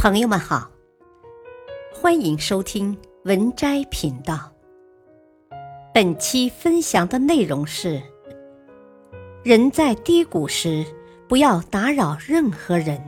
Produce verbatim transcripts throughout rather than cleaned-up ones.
朋友们好，欢迎收听文摘频道。本期分享的内容是：人在低谷时，不要打扰任何人。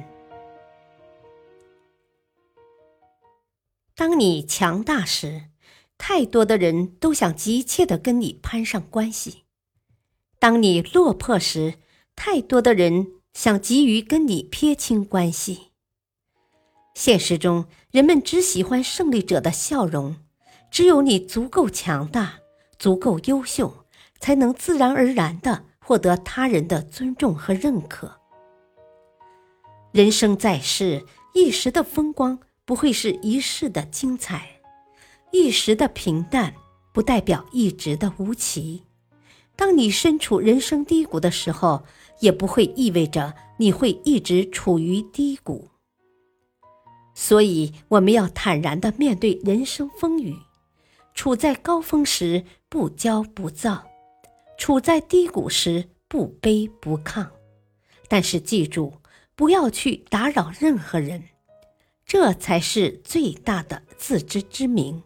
当你强大时，太多的人都想急切地跟你攀上关系；当你落魄时，太多的人想急于跟你撇清关系。现实中，人们只喜欢胜利者的笑容，只有你足够强大，足够优秀，才能自然而然地获得他人的尊重和认可。人生在世，一时的风光不会是一世的精彩，一时的平淡不代表一直的无奇。当你身处人生低谷的时候，也不会意味着你会一直处于低谷。所以我们要坦然地面对人生风雨，处在高峰时不骄不躁，处在低谷时不卑不亢。但是记住，不要去打扰任何人，这才是最大的自知之明。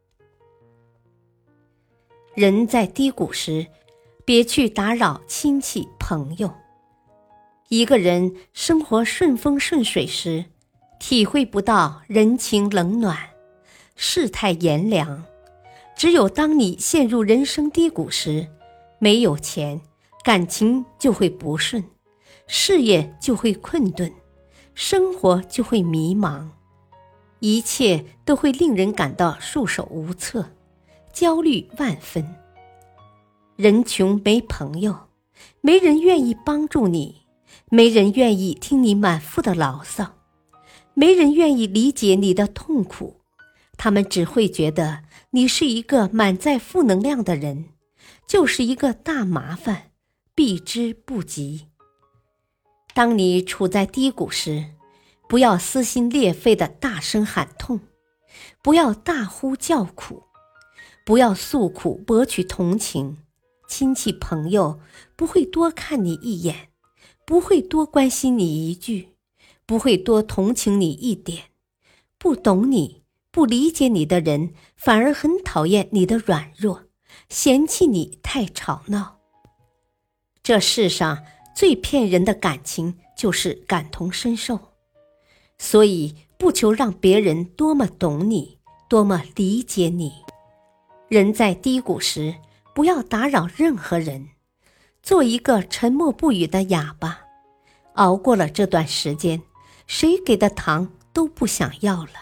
人在低谷时，别去打扰亲戚朋友。一个人生活顺风顺水时，体会不到人情冷暖，世态炎凉。只有当你陷入人生低谷时，没有钱，感情就会不顺，事业就会困顿，生活就会迷茫，一切都会令人感到束手无策，焦虑万分。人穷没朋友，没人愿意帮助你，没人愿意听你满腹的牢骚，没人愿意理解你的痛苦，他们只会觉得你是一个满载负能量的人，就是一个大麻烦，避之不及。当你处在低谷时，不要撕心裂肺地大声喊痛，不要大呼叫苦，不要诉苦博取同情。亲戚朋友不会多看你一眼，不会多关心你一句，不会多同情你一点。不懂你，不理解你的人，反而很讨厌你的软弱，嫌弃你太吵闹。这世上最骗人的感情就是感同身受，所以不求让别人多么懂你，多么理解你。人在低谷时，不要打扰任何人，做一个沉默不语的哑巴。熬过了这段时间，谁给的糖都不想要了。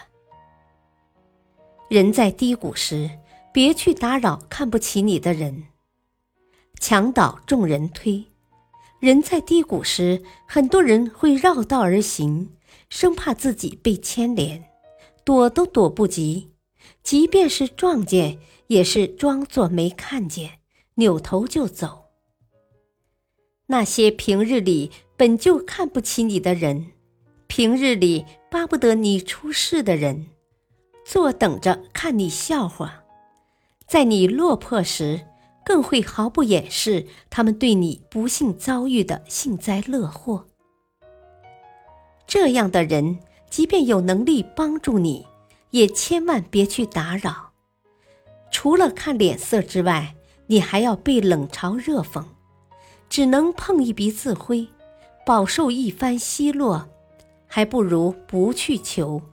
人在低谷时，别去打扰看不起你的人。墙倒众人推，人在低谷时，很多人会绕道而行，生怕自己被牵连，躲都躲不及，即便是撞见，也是装作没看见，扭头就走。那些平日里本就看不起你的人，平日里巴不得你出事的人，坐等着看你笑话。在你落魄时，更会毫不掩饰他们对你不幸遭遇的幸灾乐祸。这样的人，即便有能力帮助你，也千万别去打扰。除了看脸色之外，你还要被冷嘲热讽，只能碰一鼻子灰，饱受一番奚落，还不如不去求。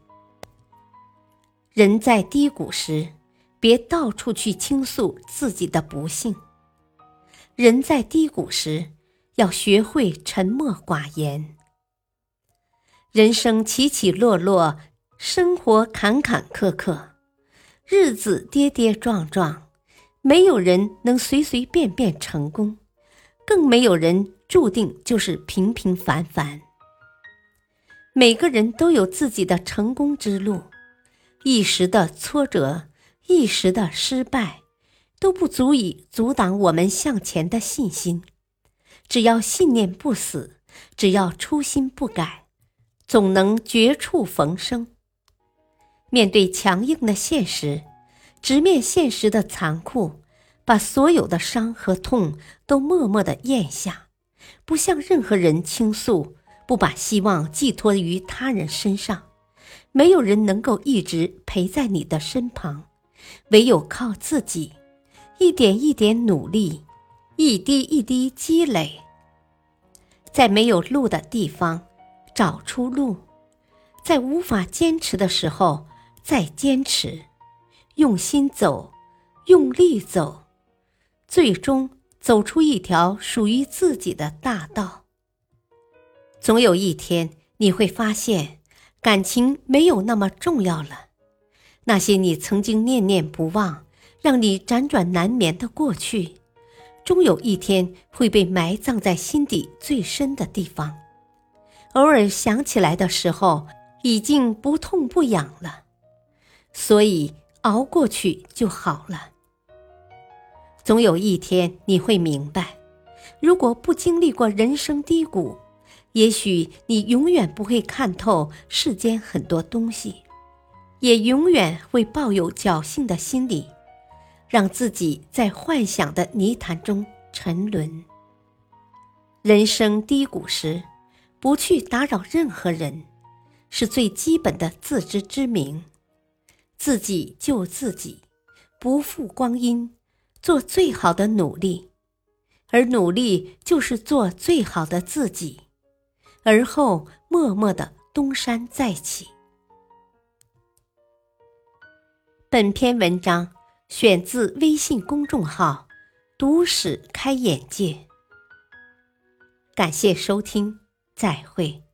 人在低谷时，别到处去倾诉自己的不幸。人在低谷时，要学会沉默寡言。人生起起落落，生活坎坎坷坷，日子跌跌撞撞，没有人能随随便便成功，更没有人注定就是平平凡凡。每个人都有自己的成功之路，一时的挫折，一时的失败，都不足以阻挡我们向前的信心。只要信念不死，只要初心不改，总能绝处逢生。面对强硬的现实，直面现实的残酷，把所有的伤和痛都默默地咽下，不向任何人倾诉，不把希望寄托于他人身上， 没有人能够一直陪在你的身旁，唯有靠自己，一点一点努力，一滴一滴积累。在没有路的地方找出路，在无法坚持的时候再坚持，用心走，用力走，最终走出一条属于自己的大道。总有一天你会发现，感情没有那么重要了，那些你曾经念念不忘，让你辗转难眠的过去，终有一天会被埋葬在心底最深的地方。偶尔想起来的时候，已经不痛不痒了，所以熬过去就好了。总有一天你会明白，如果不经历过人生低谷，也许你永远不会看透世间很多东西，也永远会抱有侥幸的心理，让自己在幻想的泥潭中沉沦。人生低谷时，不去打扰任何人，是最基本的自知之明。自己救自己，不负光阴，做最好的努力，而努力就是做最好的自己，而后默默地东山再起。本篇文章选自微信公众号读史开眼界，感谢收听，再会。